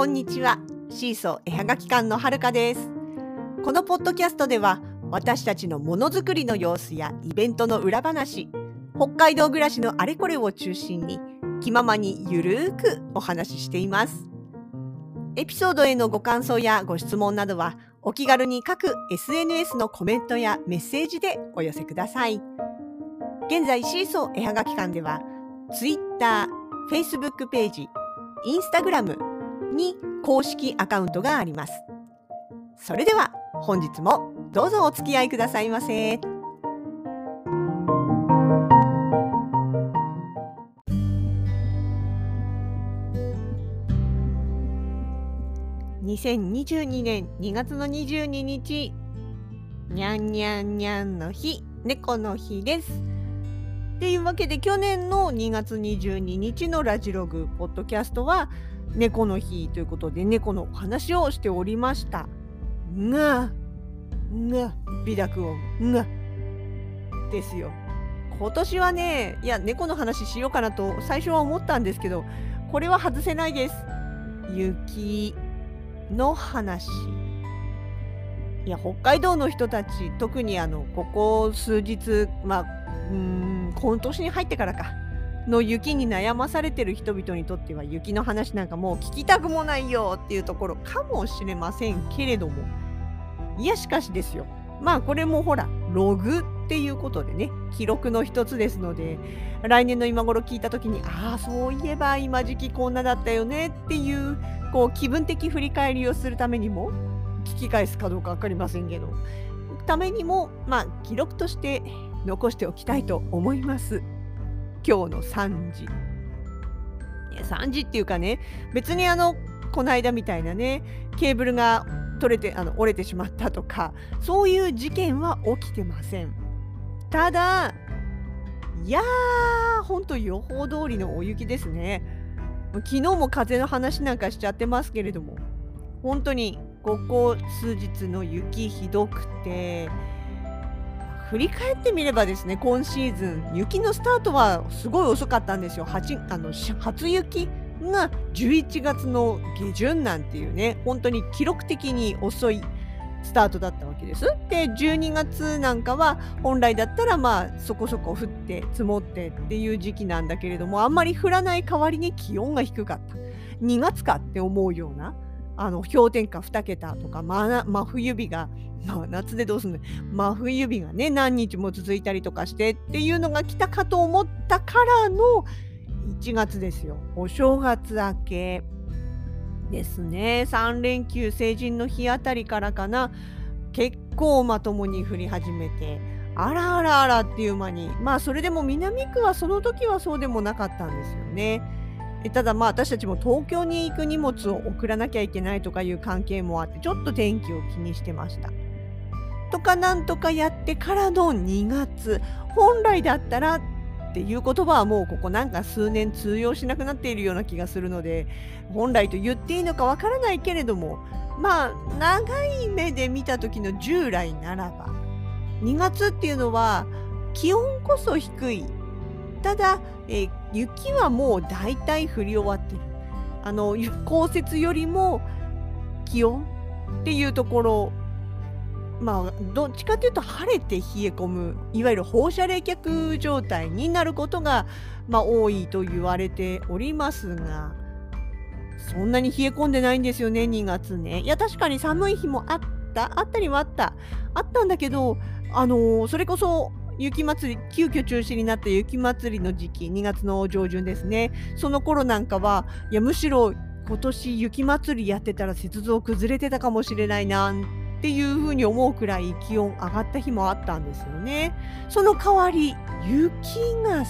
こんにちは。シーソー絵はがき館のはるかです。このポッドキャストでは私たちのものづくりの様子やイベントの裏話、北海道暮らしのあれこれを中心に気ままにゆるーくお話ししています。エピソードへのご感想やご質問などはお気軽に各 SNS のコメントやメッセージでお寄せください。現在シーソー絵はがき館では Twitter、Facebook ページ、Instagram に公式アカウントがあります。それでは本日もどうぞお付き合いくださいませ。2022年2月の22日、にゃんにゃんにゃんの日、猫の日です。っていうわけで去年の2月22日のラジログポッドキャストは猫の日ということで猫のお話をしておりました。微濁音ですよ。今年はね、猫の話しようかなと最初は思ったんですけど、これは外せないです。雪の話。北海道の人たち、特にここ数日、今年に入ってからかの雪に悩まされてる人々にとっては雪の話なんかもう聞きたくもないよっていうところかもしれませんけれども、しかしですよ、これもほらログっていうことでね、記録の一つですので、来年の今頃聞いた時にそういえば今時期こんなだったよねっていう気分的振り返りをするためにも、聞き返すかどうか分かりませんけど、ためにも記録として残しておきたいと思います。今日の3時。3時っていうかね、別にこの間みたいなね、ケーブルが取れて折れてしまったとか、そういう事件は起きてません。ただ、ほんと予報通りの大雪ですね。昨日も風の話なんかしちゃってますけれども、本当にここ数日の雪ひどくて、振り返ってみればですね、今シーズン雪のスタートはすごい遅かったんですよ。初雪が11月の下旬なんていうね、本当に記録的に遅いスタートだったわけです。で、12月なんかは本来だったらそこそこ降って積もってっていう時期なんだけれども、あんまり降らない代わりに気温が低かった。2月かって思うような氷点下2桁とか、真冬日が、夏でどうすんの、真冬日がね何日も続いたりとかしてっていうのが来たかと思ったからの1月ですよ。お正月明けですね。3連休成人の日あたりからかな、結構まともに降り始めて、あらあらあらっていう間に、それでも南区はその時はそうでもなかったんですよね。ただ私たちも東京に行く荷物を送らなきゃいけないとかいう関係もあって、ちょっと天気を気にしてました。とかなんとかやってからの2月、本来だったらっていう言葉はもうここなんか数年通用しなくなっているような気がするので、本来と言っていいのかわからないけれども、長い目で見た時の従来ならば、2月っていうのは気温こそ低い。ただ、雪はもうだいたい降り終わってる。降雪よりも気温っていうところ、どっちかというと晴れて冷え込む、いわゆる放射冷却状態になることが、多いと言われておりますが、そんなに冷え込んでないんですよね、2月ね。確かに寒い日もあったりはあったんだけど、それこそ雪祭り、急遽中止になった雪祭りの時期、2月の上旬ですね。その頃なんかは、むしろ今年雪祭りやってたら雪像崩れてたかもしれないなっていうふうに思うくらい気温上がった日もあったんですよね。その代わり雪が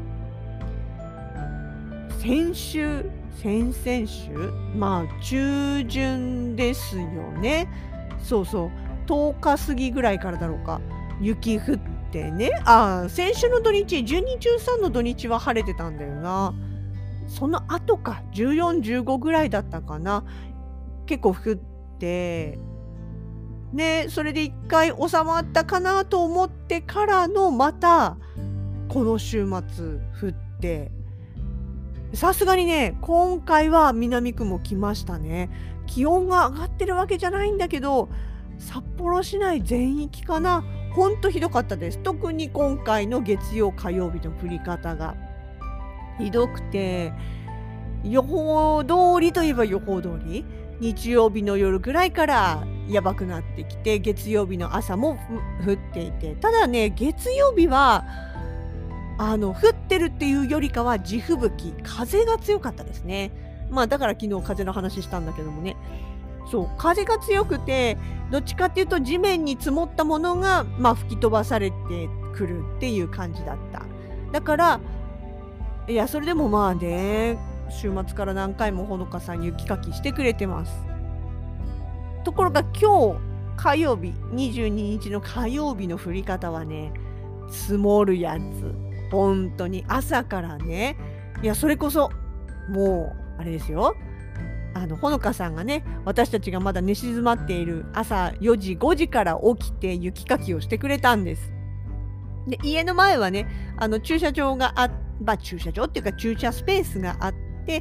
先々週、中旬ですよね。10日過ぎぐらいからだろうか、雪降ってね、先週の土日、12、13の土日は晴れてたんだよな。その後か、14、15ぐらいだったかな、結構降ってね、それで一回収まったかなと思ってからのまたこの週末降って、 さすがにね、今回は南区も来ましたね。気温が上がってるわけじゃないんだけど、札幌市内全域かな、ほんとひどかったです。特に今回の月曜、火曜日の降り方がひどくて、予報通りといえば予報通り、日曜日の夜ぐらいからやばくなってきて、月曜日の朝も降っていて、ただね、月曜日は降ってるっていうよりかは地吹雪、風が強かったですね。まあだから昨日風の話したんだけどもね。そう、風が強くて、どっちかっていうと地面に積もったものが、吹き飛ばされてくるっていう感じだった。だから、いや、それでもまあね、週末から何回もほのかさん雪かきしてくれてます。ところが今日、火曜日、22日の火曜日の降り方はね、積もるやつ。本当に朝からね、いや、それこそ、もう、あれですよ。ほのかさんがね、私たちがまだ寝静まっている朝4時、5時から起きて雪かきをしてくれたんです。で、家の前はね、駐車場が駐車場っていうか駐車スペースがあって、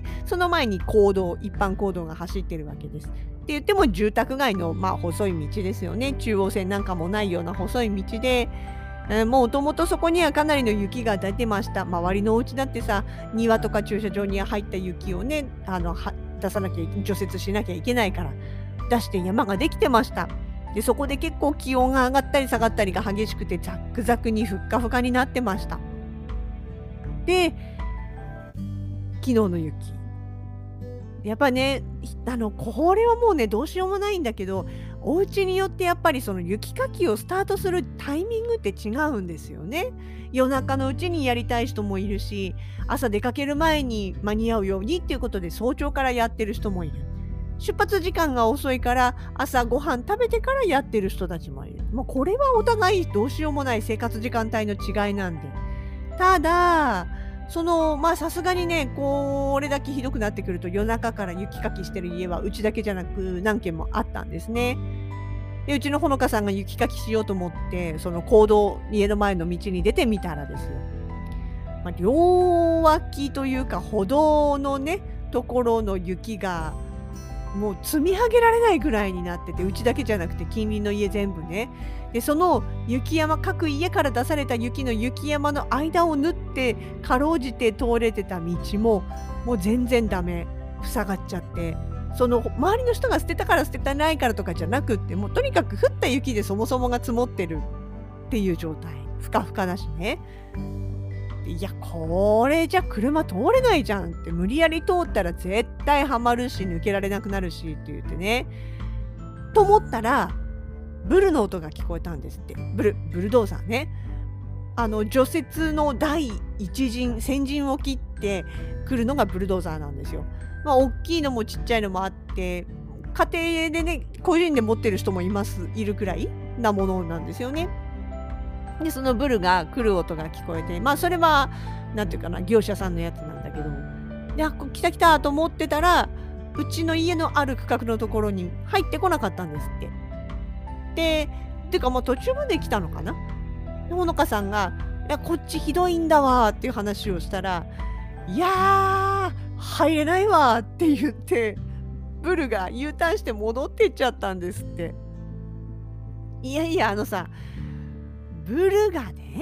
その前に一般公道が走ってるわけです。って言っても住宅街の、細い道ですよね。中央線なんかもないような細い道で、もともとそこにはかなりの雪が出てました。周りのお家だってさ、庭とか駐車場に入った雪をね、除雪しなきゃいけないから出して山ができてました。で、そこで結構気温が上がったり下がったりが激しくてザックザクにふっかふかになってました。で、昨日の雪。やっぱね、これはもうね、どうしようもないんだけど、お家によってやっぱりその雪かきをスタートするタイミングって違うんですよね。夜中のうちにやりたい人もいるし、朝出かける前に間に合うようにっていうことで早朝からやってる人もいる。出発時間が遅いから朝ごはん食べてからやってる人たちもいる。これはお互いどうしようもない生活時間帯の違いなんで。ただ、さすがにね、これだけひどくなってくると夜中から雪かきしてる家はうちだけじゃなく何軒もあったんですね。で、うちのほのかさんが雪かきしようと思って、その家の前の道に出てみたらですよ。両脇というか歩道のね、ところの雪がもう積み上げられないぐらいになってて、うちだけじゃなくて近隣の家全部ね。で、その雪山、各家から出された雪の雪山の間を縫ってかろうじて通れてた道ももう全然ダメ、塞がっちゃって、その周りの人が捨てたから捨ててないからとかじゃなくって、もうとにかく降った雪でそもそもが積もってるっていう状態、ふかふかだしね。いや、これじゃ車通れないじゃんって、無理やり通ったら絶対はまるし抜けられなくなるしって言ってね。と思ったらブルの音が聞こえたんですって。ブルドーザーね。除雪の第一陣、先陣を切ってくるのがブルドーザーなんですよ。大きいのもちっちゃいのもあって、家庭でね、個人で持ってる人もいるくらいなものなんですよね。で、そのブルが来る音が聞こえて、それはなんていうかな、業者さんのやつなんだけど、で、来た来たと思ってたら、うちの家のある区画のところに入ってこなかったんですって。で、途中まで来たのかな。で、ほのかさんが、いや、こっちひどいんだわーっていう話をしたら、いやー、入れないわーって言って、ブルが U ターンして戻ってっちゃったんですって。いやいや、ブルがね、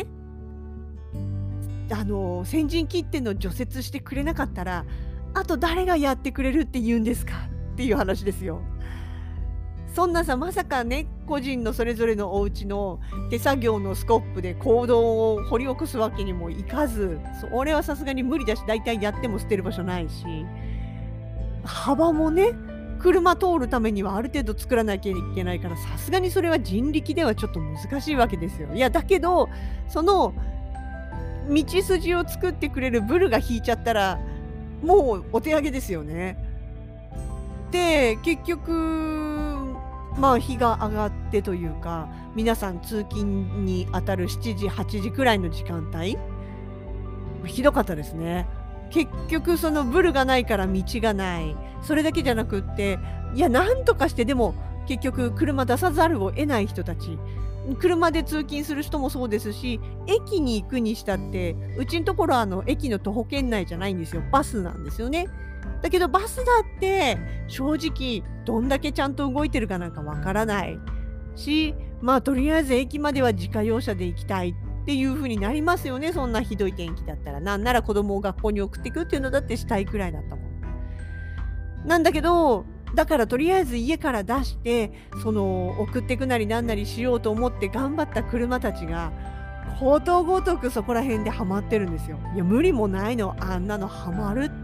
先陣切っての除雪してくれなかったら、あと誰がやってくれるって言うんですかっていう話ですよ。そんなさ、まさかね、個人のそれぞれのお家の手作業のスコップで坑道を掘り起こすわけにもいかず、それはさすがに無理だし、大体やっても捨てる場所ないし、幅もね、車通るためにはある程度作らなきゃいけないから、さすがにそれは人力ではちょっと難しいわけですよ。いや、だけど、その道筋を作ってくれるブルが引いちゃったら、もうお手上げですよね。で、結局、日が上がってというか、皆さん通勤に当たる7時、8時くらいの時間帯、ひどかったですね。結局そのブルがないから道がない。それだけじゃなくって、いや、なんとかしてでも結局車出さざるを得ない人たち車で通勤する人もそうですし、駅に行くにしたって、うちのところは駅の徒歩圏内じゃないんですよ。バスなんですよね。だけどバスだって正直どんだけちゃんと動いてるかなんかわからないし、とりあえず駅までは自家用車で行きたいっていう風になりますよね。そんなひどい天気だったら。なんなら子供を学校に送っていくっていうのだってしたいくらいだったもん。なんだけど、だからとりあえず家から出して、送ってくなりなんなりしようと思って頑張った車たちが、ことごとくそこら辺でハマってるんですよ。いや、無理もないの、あんなのハマるって。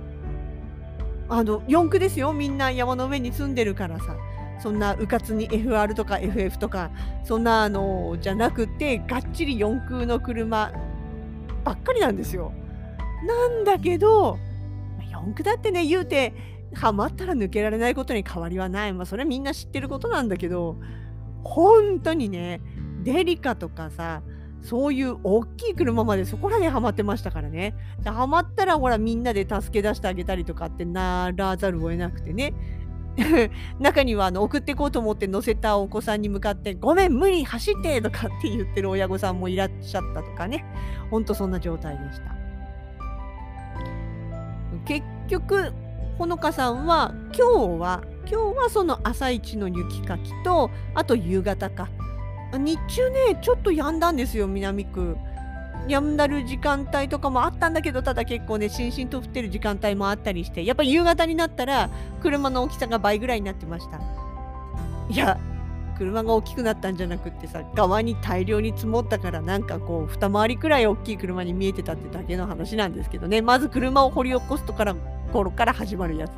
四駆ですよ、みんな山の上に住んでるからさ。そんなうかつに FR とか FF とか、そんなじゃなくて、がっちり四駆の車ばっかりなんですよ。なんだけど、四駆だってね、言うて、ハマったら抜けられないことに変わりはない。それはみんな知ってることなんだけど、ほんとにね、デリカとかさ、そういうおっきい車までそこらでハマってましたからね。で、ハマったらほらみんなで助け出してあげたりとかってならざるを得なくてね。中には送ってこうと思って乗せたお子さんに向かって「ごめん、無理、走って」とかって言ってる親御さんもいらっしゃったとかね。ほんとそんな状態でした。結局、ほのかさんは今日はその朝一の雪かきと、あと夕方か。日中ね、ちょっと止んだんですよ、南区。止んだる時間帯とかもあったんだけど、ただ結構ね、しんしんと降ってる時間帯もあったりして、やっぱり夕方になったら、車の大きさが倍ぐらいになってました。いや、車が大きくなったんじゃなくってさ、側に大量に積もったから、なんかこう、二回りくらい大きい車に見えてたってだけの話なんですけどね。まず車を掘り起こす頃から始まるやつです。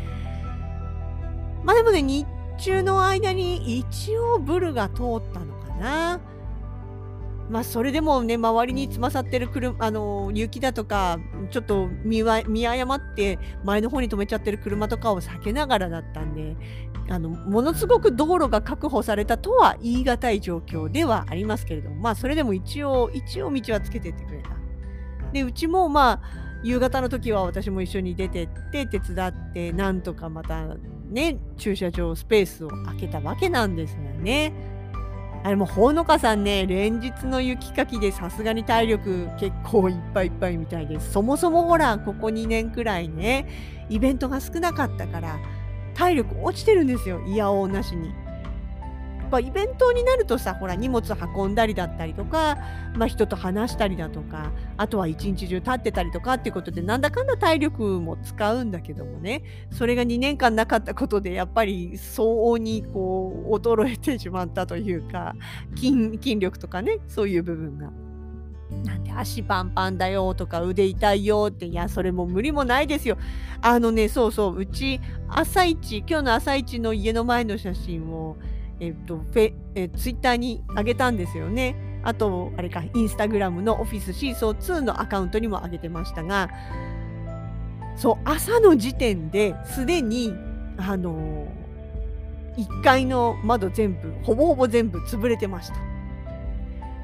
でもね、日中の間に一応ブルが通ったのかな。それでもね、周りにつまさってる雪だとか、ちょっと見誤って前の方に止めちゃってる車とかを避けながらだったんで、ものすごく道路が確保されたとは言い難い状況ではありますけれども、それでも一応道はつけてってくれた。で、うちも夕方の時は私も一緒に出てって手伝って、なんとかまたね、駐車場スペースを空けたわけなんですがね。あれもほのかさんね、連日の雪かきでさすがに体力結構いっぱいいっぱいみたいです。そもそもほら、ここ2年くらいね、イベントが少なかったから、体力落ちてるんですよ、いやおうなしに。イベントになるとさ、ほら荷物運んだりだったりとか、人と話したりだとか、あとは一日中立ってたりとかっていうことで、なんだかんだ体力も使うんだけどもね、それが2年間なかったことで、やっぱり相応にこう衰えてしまったというか、筋力とかね、そういう部分が。なんで足パンパンだよとか腕痛いよって、いや、それも無理もないですよ。そうそう、うち今日の朝一の家の前の写真をツイッターに上げたんですよね。あと、あれか、インスタグラムのオフィスシーソー2のアカウントにも上げてましたが、そう、朝の時点ですでに、1階の窓ほぼほぼ全部潰れてました。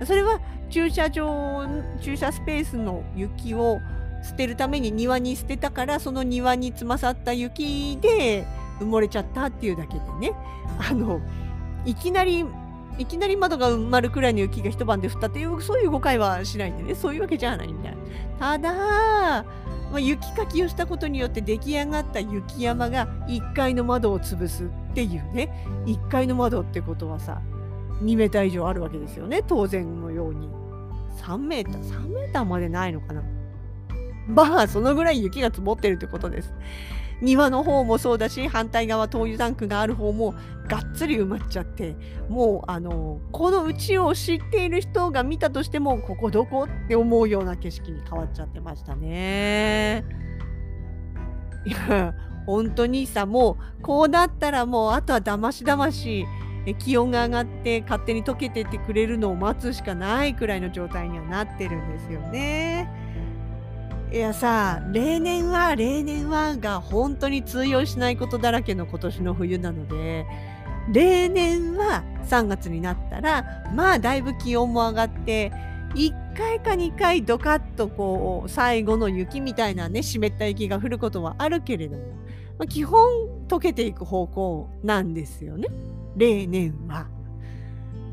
それは駐車スペースの雪を捨てるために庭に捨てたから、その庭につまさった雪で埋もれちゃったっていうだけでね。いきなり窓が埋まるくらいの雪が一晩で降ったっていう、そういう誤解はしないんでね、そういうわけじゃないんだ。ただ、雪かきをしたことによって出来上がった雪山が1階の窓を潰すっていうね。1階の窓ってことはさ、2メーター以上あるわけですよね、当然のように。3メーターまでないのかな。そのぐらい雪が積もってるってことです。庭の方もそうだし、反対側灯油タンクがある方もがっつり埋まっちゃって、もうこの家を知っている人が見たとしても、ここどこって思うような景色に変わっちゃってましたね。いや、本当にさ、もうこうなったらもうあとはだまし気温が上がって勝手に溶けてってくれるのを待つしかないくらいの状態にはなってるんですよね。いやさ、例年はが本当に通用しないことだらけの今年の冬なので、例年は3月になったら、だいぶ気温も上がって、1回か2回ドカッとこう、最後の雪みたいなね、湿った雪が降ることはあるけれども、基本溶けていく方向なんですよね、例年は。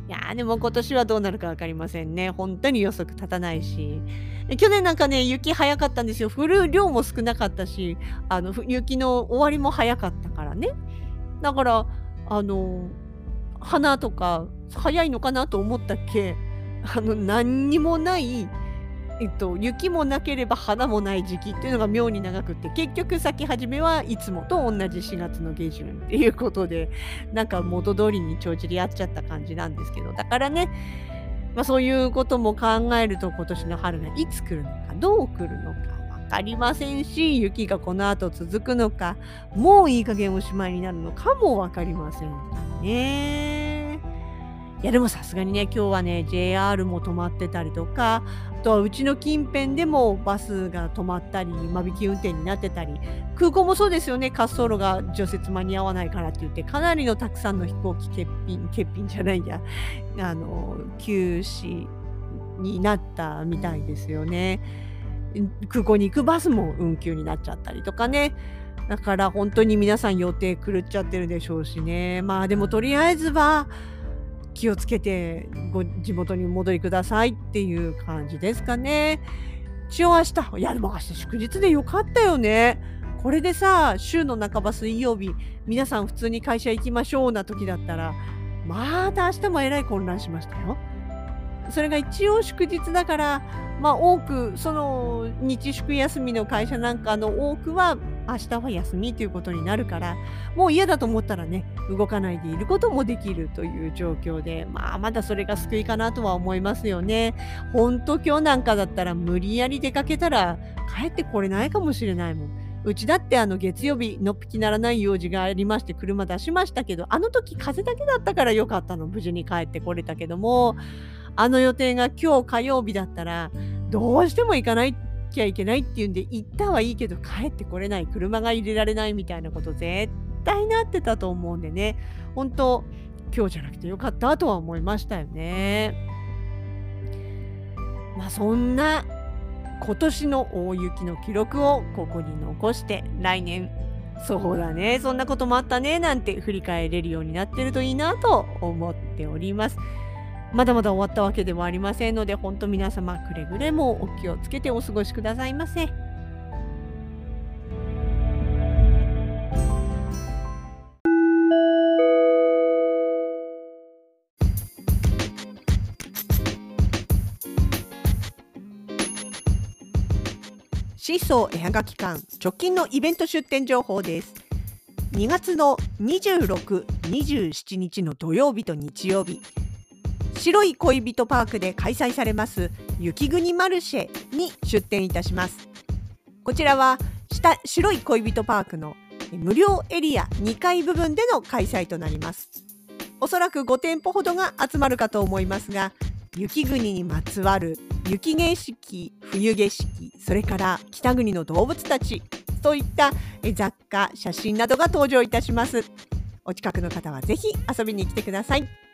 いやー、でも今年はどうなるか分かりませんね。本当に予測立たないし。去年なんかね、雪早かったんですよ。降る量も少なかったし、雪の終わりも早かったからね。だから、あの、花とか早いのかなと思ったっけ、何にもない、雪もなければ花もない時期っていうのが妙に長くって、結局咲き始めはいつもと同じ4月の下旬っていうことで、なんか元通りに帳尻合っちゃった感じなんですけど、だからね、そういうことも考えると今年の春がいつ来るのか、どう来るのか分かりませんし、雪がこの後続くのか、もういい加減おしまいになるのかも分かりませんからね。いやでもさすがにね、今日はね、JR も止まってたりとか、あとはうちの近辺でもバスが止まったり、間引き運転になってたり、空港もそうですよね、滑走路が除雪間に合わないからって言って、かなりのたくさんの飛行機欠品じゃないや、休止になったみたいですよね。空港に行くバスも運休になっちゃったりとかね。だから本当に皆さん予定狂っちゃってるでしょうしね。まあでもとりあえずは気をつけてご地元にお戻りくださいっていう感じですかね。一応明日、いやでも明日祝日でよかったよね。これでさ、週の半ば水曜日、皆さん普通に会社行きましょうな時だったら、また明日もえらい混乱しましたよ。それが一応祝日だから、多く、その日祝休みの会社なんかの多くは、明日は休みということになるから、もう嫌だと思ったらね、動かないでいることもできるという状況で、まだそれが救いかなとは思いますよね。ほんと今日なんかだったら無理やり出かけたら帰ってこれないかもしれないもん。うちだって月曜日のっぴきならない用事がありまして車出しましたけど、あの時風だけだったから良かったの。無事に帰ってこれたけども、あの予定が今日火曜日だったら、どうしても行かないきゃいけないっていうんで、行ったはいいけど帰ってこれない、車が入れられないみたいなこと絶対なってたと思うんでね、本当今日じゃなくてよかったとは思いましたよね。そんな今年の大雪の記録をここに残して、来年そうだね、そんなこともあったねなんて振り返れるようになってるといいなと思っております。まだまだ終わったわけではありませんので、本当皆様くれぐれもお気をつけてお過ごしくださいませ。シーソー絵はがき館直近のイベント出店情報です。2月の26、27日の土曜日と日曜日、白い恋人パークで開催されます雪国マルシェに出店いたします。こちらは白い恋人パークの無料エリア2階部分での開催となります。おそらく5店舗ほどが集まるかと思いますが、雪国にまつわる雪景色、冬景色、それから北国の動物たち、そういった雑貨、写真などが登場いたします。お近くの方はぜひ遊びに来てください。